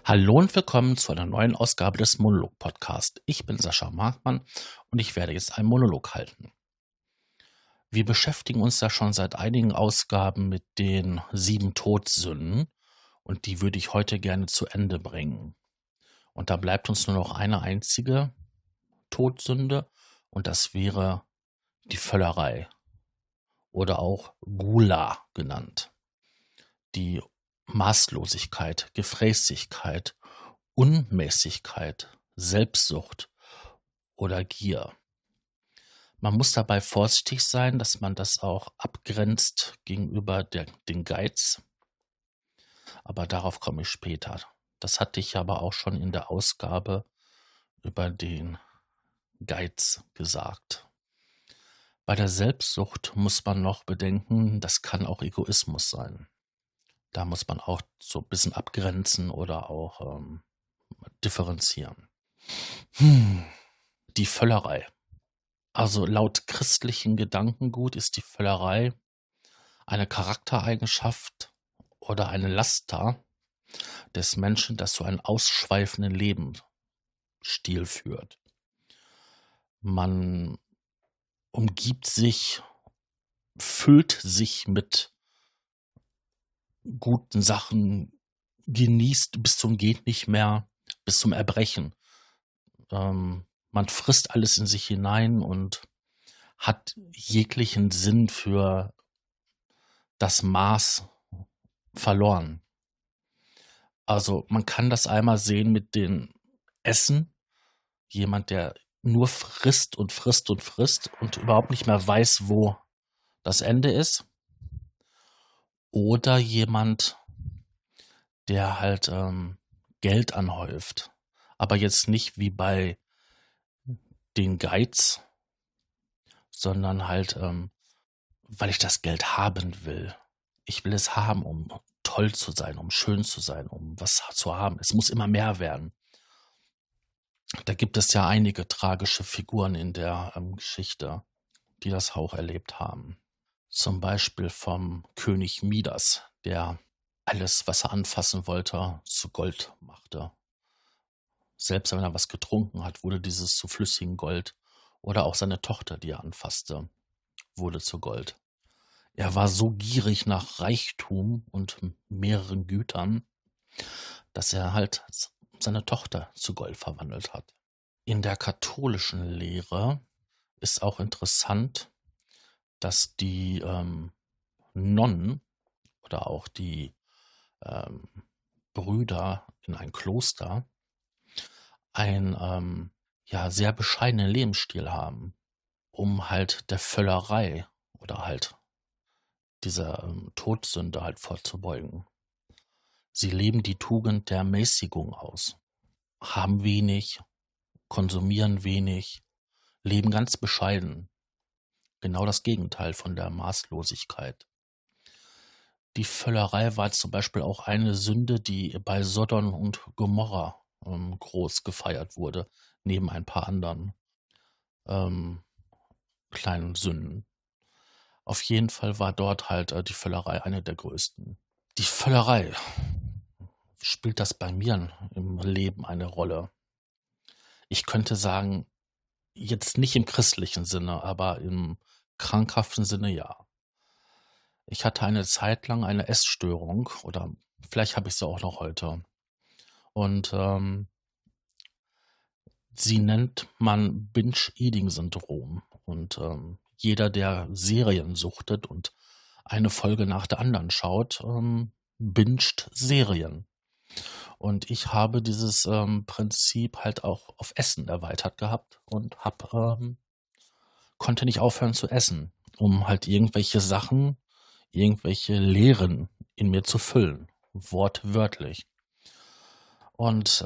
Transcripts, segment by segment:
Hallo und willkommen zu einer neuen Ausgabe des Monolog-Podcast. Ich bin Sascha Markmann und ich werde jetzt einen Monolog halten. Wir beschäftigen uns ja schon seit einigen Ausgaben mit den 7 Todsünden und die würde ich heute gerne zu Ende bringen. Und da bleibt uns nur noch eine einzige Todsünde und das wäre die Völlerei oder auch Gula genannt. Die Maßlosigkeit, Gefräßigkeit, Unmäßigkeit, Selbstsucht oder Gier. Man muss dabei vorsichtig sein, dass man das auch abgrenzt gegenüber den Geiz. Aber darauf komme ich später. Das hatte ich aber auch schon in der Ausgabe über den Geiz gesagt. Bei der Selbstsucht muss man noch bedenken, das kann auch Egoismus sein. Da muss man auch so ein bisschen abgrenzen oder auch differenzieren. Die Völlerei. Also laut christlichen Gedankengut ist die Völlerei eine Charaktereigenschaft oder eine Laster des Menschen, das so einen ausschweifenden Lebensstil führt. Man umgibt sich, füllt sich mit guten Sachen, genießt bis zum geht nicht mehr, bis zum Erbrechen. Man frisst alles in sich hinein und hat jeglichen Sinn für das Maß verloren. Also man kann das einmal sehen mit dem Essen. Jemand, der nur frisst und frisst und frisst und überhaupt nicht mehr weiß, wo das Ende ist. Oder jemand, der halt Geld anhäuft. Aber jetzt nicht wie bei den Geiz, sondern halt, weil ich das Geld haben will. Ich will es haben, um toll zu sein, um schön zu sein, um was zu haben. Es muss immer mehr werden. Da gibt es ja einige tragische Figuren in der Geschichte, die das auch erlebt haben. Zum Beispiel vom König Midas, der alles, was er anfassen wollte, zu Gold machte. Selbst wenn er was getrunken hat, wurde dieses zu flüssigem Gold. Oder auch seine Tochter, die er anfasste, wurde zu Gold. Er war so gierig nach Reichtum und mehreren Gütern, dass er halt seine Tochter zu Gold verwandelt hat. In der katholischen Lehre ist auch interessant, dass die Nonnen oder auch die Brüder in ein Kloster einen sehr bescheidenen Lebensstil haben, um halt der Völlerei oder halt dieser Todsünde halt vorzubeugen. Sie leben die Tugend der Mäßigung aus, haben wenig, konsumieren wenig, leben ganz bescheiden. Genau das Gegenteil von der Maßlosigkeit. Die Völlerei war zum Beispiel auch eine Sünde, die bei Sodom und Gomorra groß gefeiert wurde, neben ein paar anderen kleinen Sünden. Auf jeden Fall war dort halt die Völlerei eine der größten. Die Völlerei, spielt das bei mir im Leben eine Rolle? Ich könnte sagen, jetzt nicht im christlichen Sinne, aber im krankhaften Sinne ja. Ich hatte eine Zeit lang eine Essstörung oder vielleicht habe ich sie auch noch heute. Und sie nennt man Binge-Eating-Syndrom. Und jeder, der Serien suchtet und eine Folge nach der anderen schaut, binget Serien. Und ich habe dieses Prinzip halt auch auf Essen erweitert gehabt und konnte nicht aufhören zu essen, um halt irgendwelche Sachen, irgendwelche Lehren in mir zu füllen, wortwörtlich. Und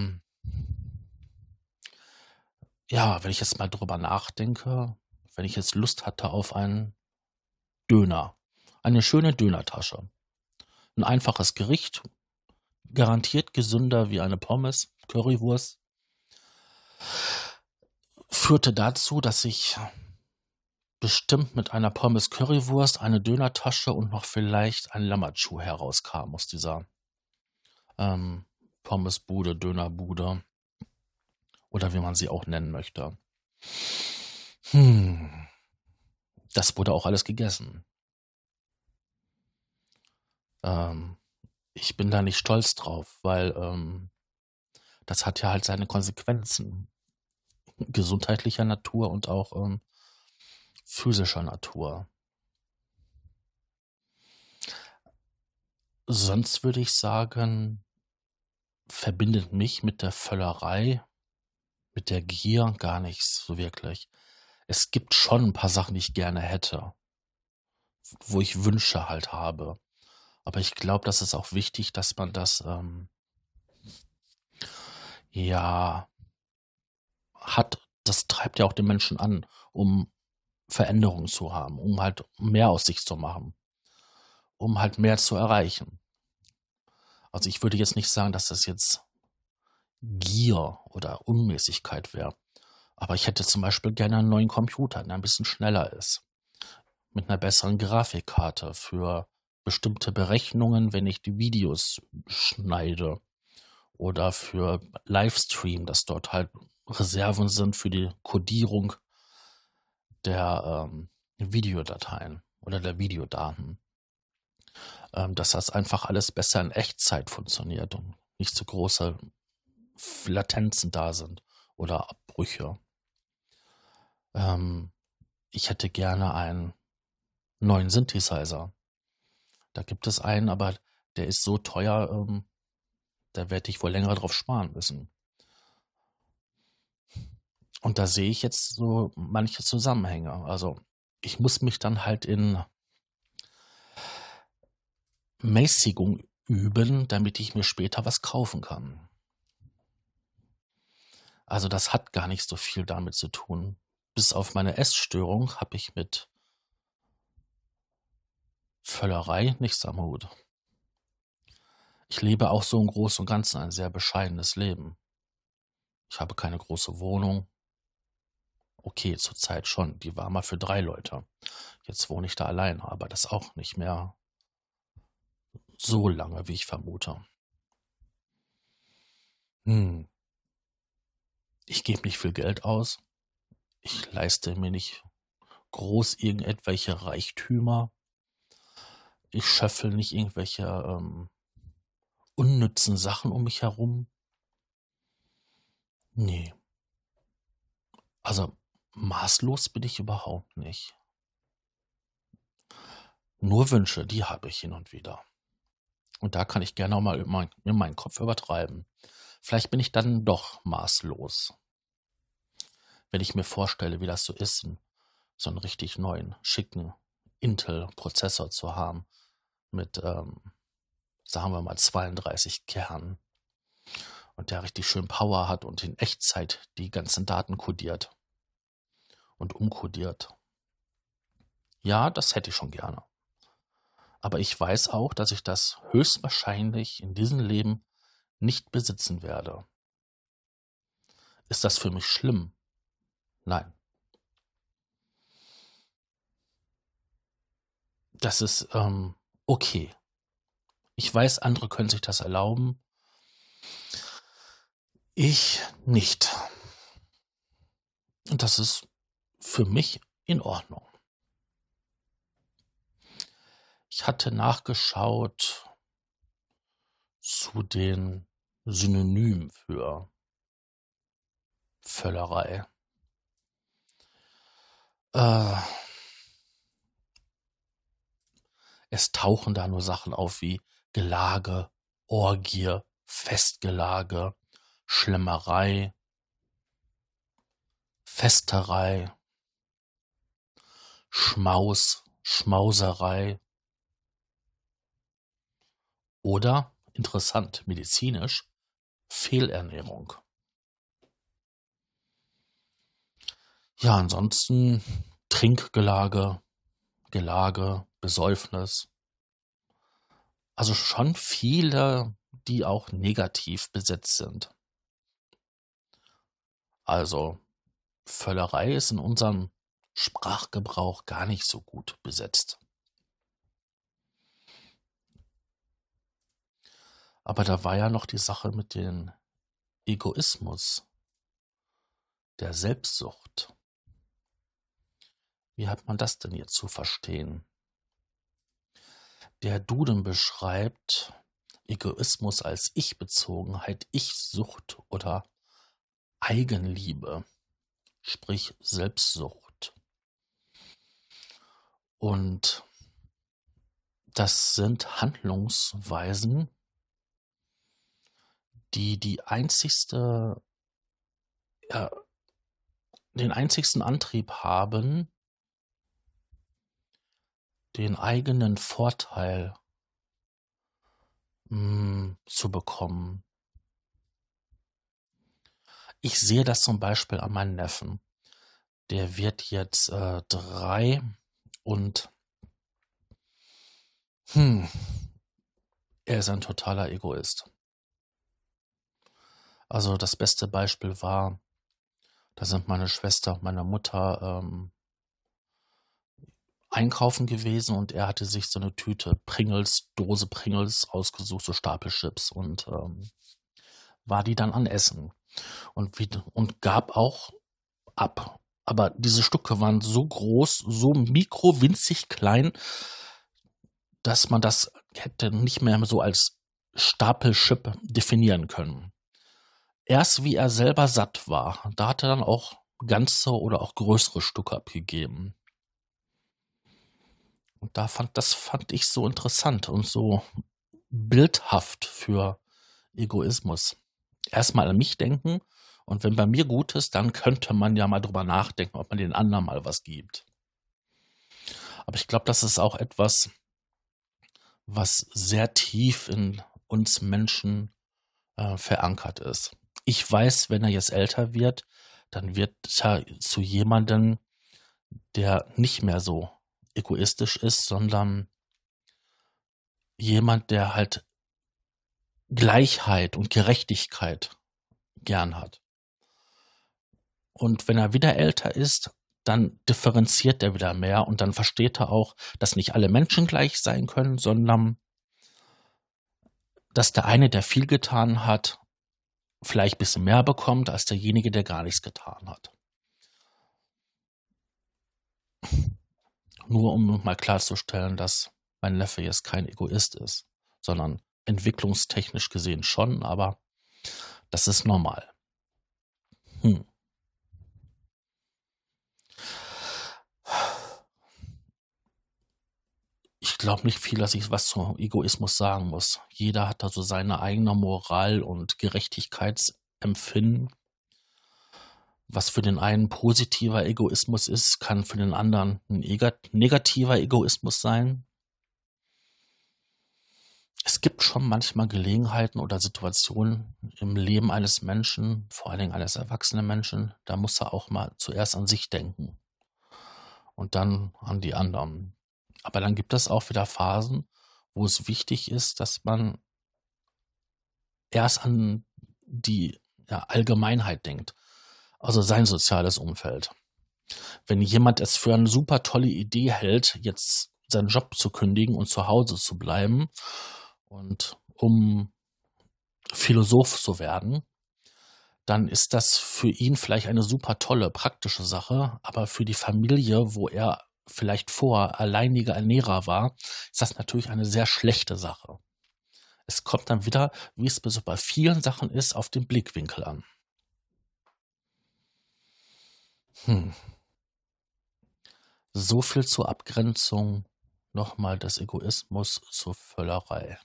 wenn ich jetzt mal drüber nachdenke, wenn ich jetzt Lust hatte auf einen Döner, eine schöne Dönertasche, ein einfaches Gericht, garantiert gesünder wie eine Pommes, Currywurst, führte dazu, dass ich bestimmt mit einer Pommes Currywurst, eine Dönertasche und noch vielleicht ein Lammertschuh herauskam aus dieser Pommesbude, Dönerbude oder wie man sie auch nennen möchte. Das wurde auch alles gegessen. Ich bin da nicht stolz drauf, weil das hat ja halt seine Konsequenzen. Gesundheitlicher Natur und auch physischer Natur. Sonst würde ich sagen, verbindet mich mit der Völlerei, mit der Gier gar nichts so wirklich. Es gibt schon ein paar Sachen, die ich gerne hätte, wo ich Wünsche halt habe. Aber ich glaube, das ist auch wichtig, dass man das ja hat. Das treibt ja auch den Menschen an, um Veränderungen zu haben, um halt mehr aus sich zu machen, um halt mehr zu erreichen. Also ich würde jetzt nicht sagen, dass das jetzt Gier oder Unmäßigkeit wäre. Aber ich hätte zum Beispiel gerne einen neuen Computer, der ein bisschen schneller ist. Mit einer besseren Grafikkarte für bestimmte Berechnungen, wenn ich die Videos schneide. Oder für Livestream, dass dort halt Reserven sind für die Codierung der Videodateien oder der Videodaten. Dass das einfach alles besser in Echtzeit funktioniert und nicht so große Latenzen da sind oder Abbrüche. Ich hätte gerne einen neuen Synthesizer. Da gibt es einen, aber der ist so teuer, da werde ich wohl länger drauf sparen müssen. Und da sehe ich jetzt so manche Zusammenhänge. Also ich muss mich dann halt in Mäßigung üben, damit ich mir später was kaufen kann. Also das hat gar nicht so viel damit zu tun. Bis auf meine Essstörung habe ich mit Völlerei nichts am Hut. Ich lebe auch so im Großen und Ganzen ein sehr bescheidenes Leben. Ich habe keine große Wohnung. Okay, zurzeit schon. Die war mal für 3 Leute. Jetzt wohne ich da alleine, aber das auch nicht mehr so lange, wie ich vermute. Ich gebe nicht viel Geld aus. Ich leiste mir nicht groß irgendetwelche Reichtümer. Ich schöffel nicht irgendwelche unnützen Sachen um mich herum. Nee. Also maßlos bin ich überhaupt nicht. Nur Wünsche, die habe ich hin und wieder. Und da kann ich gerne auch mal in meinen Kopf übertreiben. Vielleicht bin ich dann doch maßlos. Wenn ich mir vorstelle, wie das so ist, so einen richtig neuen, schicken Intel-Prozessor zu haben mit, sagen wir mal, 32 Kernen und der richtig schön Power hat und in Echtzeit die ganzen Daten kodiert und umkodiert. Ja, das hätte ich schon gerne. Aber ich weiß auch, dass ich das höchstwahrscheinlich in diesem Leben nicht besitzen werde. Ist das für mich schlimm? Nein. Das ist okay. Ich weiß, andere können sich das erlauben. Ich nicht. Und das ist für mich in Ordnung. Ich hatte nachgeschaut zu den Synonymen für Völlerei. Es tauchen da nur Sachen auf wie Gelage, Orgie, Festgelage, Schlemmerei, Festerei, Schmaus, Schmauserei oder, interessant, medizinisch, Fehlernährung. Ja, ansonsten Trinkgelage, Gelage, Besäufnis. Also schon viele, die auch negativ besetzt sind. Also Völlerei ist in unserem Sprachgebrauch gar nicht so gut besetzt. Aber da war ja noch die Sache mit dem Egoismus, der Selbstsucht. Wie hat man das denn jetzt zu verstehen? Der Duden beschreibt Egoismus als Ich-Bezogenheit, Ich-Sucht oder Eigenliebe, sprich Selbstsucht. Und das sind Handlungsweisen, die ja, den einzigsten Antrieb haben, den eigenen Vorteil zu bekommen. Ich sehe das zum Beispiel an meinem Neffen. Der wird jetzt 3 und er ist ein totaler Egoist. Also das beste Beispiel war, da sind meine Schwester und meine Mutter einkaufen gewesen und er hatte sich so eine Tüte Dose Pringles ausgesucht, so Stapelchips und war die dann an Essen und gab auch ab. Aber diese Stücke waren so groß, so winzig klein, dass man das hätte nicht mehr so als Stapelchip definieren können. Erst wie er selber satt war, da hat er dann auch ganze oder auch größere Stücke abgegeben. Und das fand ich so interessant und so bildhaft für Egoismus. Erstmal an mich denken und wenn bei mir gut ist, dann könnte man ja mal drüber nachdenken, ob man den anderen mal was gibt. Aber ich glaube, das ist auch etwas, was sehr tief in uns Menschen verankert ist. Ich weiß, wenn er jetzt älter wird, dann wird er zu jemandem, der nicht mehr so egoistisch ist, sondern jemand, der halt Gleichheit und Gerechtigkeit gern hat. Und wenn er wieder älter ist, dann differenziert er wieder mehr und dann versteht er auch, dass nicht alle Menschen gleich sein können, sondern dass der eine, der viel getan hat, vielleicht ein bisschen mehr bekommt als derjenige, der gar nichts getan hat. Nur um mal klarzustellen, dass mein Neffe jetzt kein Egoist ist, sondern entwicklungstechnisch gesehen schon, aber das ist normal. Ich glaube nicht viel, dass ich was zum Egoismus sagen muss. Jeder hat da so seine eigene Moral und Gerechtigkeitsempfinden. Was für den einen positiver Egoismus ist, kann für den anderen ein negativer Egoismus sein. Es gibt schon manchmal Gelegenheiten oder Situationen im Leben eines Menschen, vor allen Dingen eines erwachsenen Menschen, da muss er auch mal zuerst an sich denken und dann an die anderen. Aber dann gibt es auch wieder Phasen, wo es wichtig ist, dass man erst an die Allgemeinheit denkt, also sein soziales Umfeld. Wenn jemand es für eine super tolle Idee hält, jetzt seinen Job zu kündigen und zu Hause zu bleiben und um Philosoph zu werden, dann ist das für ihn vielleicht eine super tolle, praktische Sache, aber für die Familie, wo er vielleicht vorher alleiniger Ernährer war, ist das natürlich eine sehr schlechte Sache. Es kommt dann wieder, wie es so bei vielen Sachen ist, auf den Blickwinkel an. So viel zur Abgrenzung nochmal des Egoismus zur Völlerei.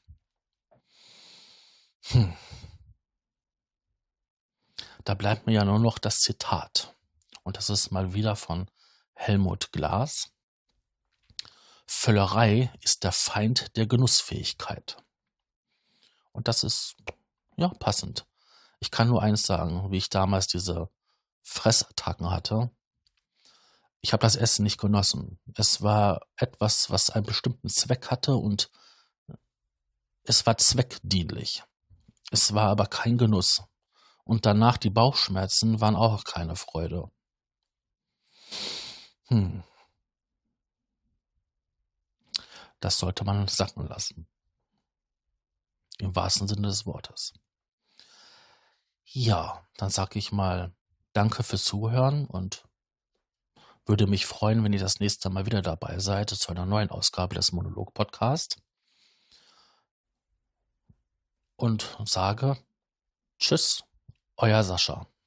Da bleibt mir ja nur noch das Zitat. Und das ist mal wieder von Helmut Glas. Völlerei ist der Feind der Genussfähigkeit. Und das ist, ja, passend. Ich kann nur eins sagen, wie ich damals diese Fressattacken hatte. Ich habe das Essen nicht genossen. Es war etwas, was einen bestimmten Zweck hatte und es war zweckdienlich. Es war aber kein Genuss. Und danach die Bauchschmerzen waren auch keine Freude. Das sollte man sacken lassen. Im wahrsten Sinne des Wortes. Ja, dann sage ich mal danke fürs Zuhören und würde mich freuen, wenn ihr das nächste Mal wieder dabei seid zu einer neuen Ausgabe des Monolog-Podcast. Und sage Tschüss, euer Sascha.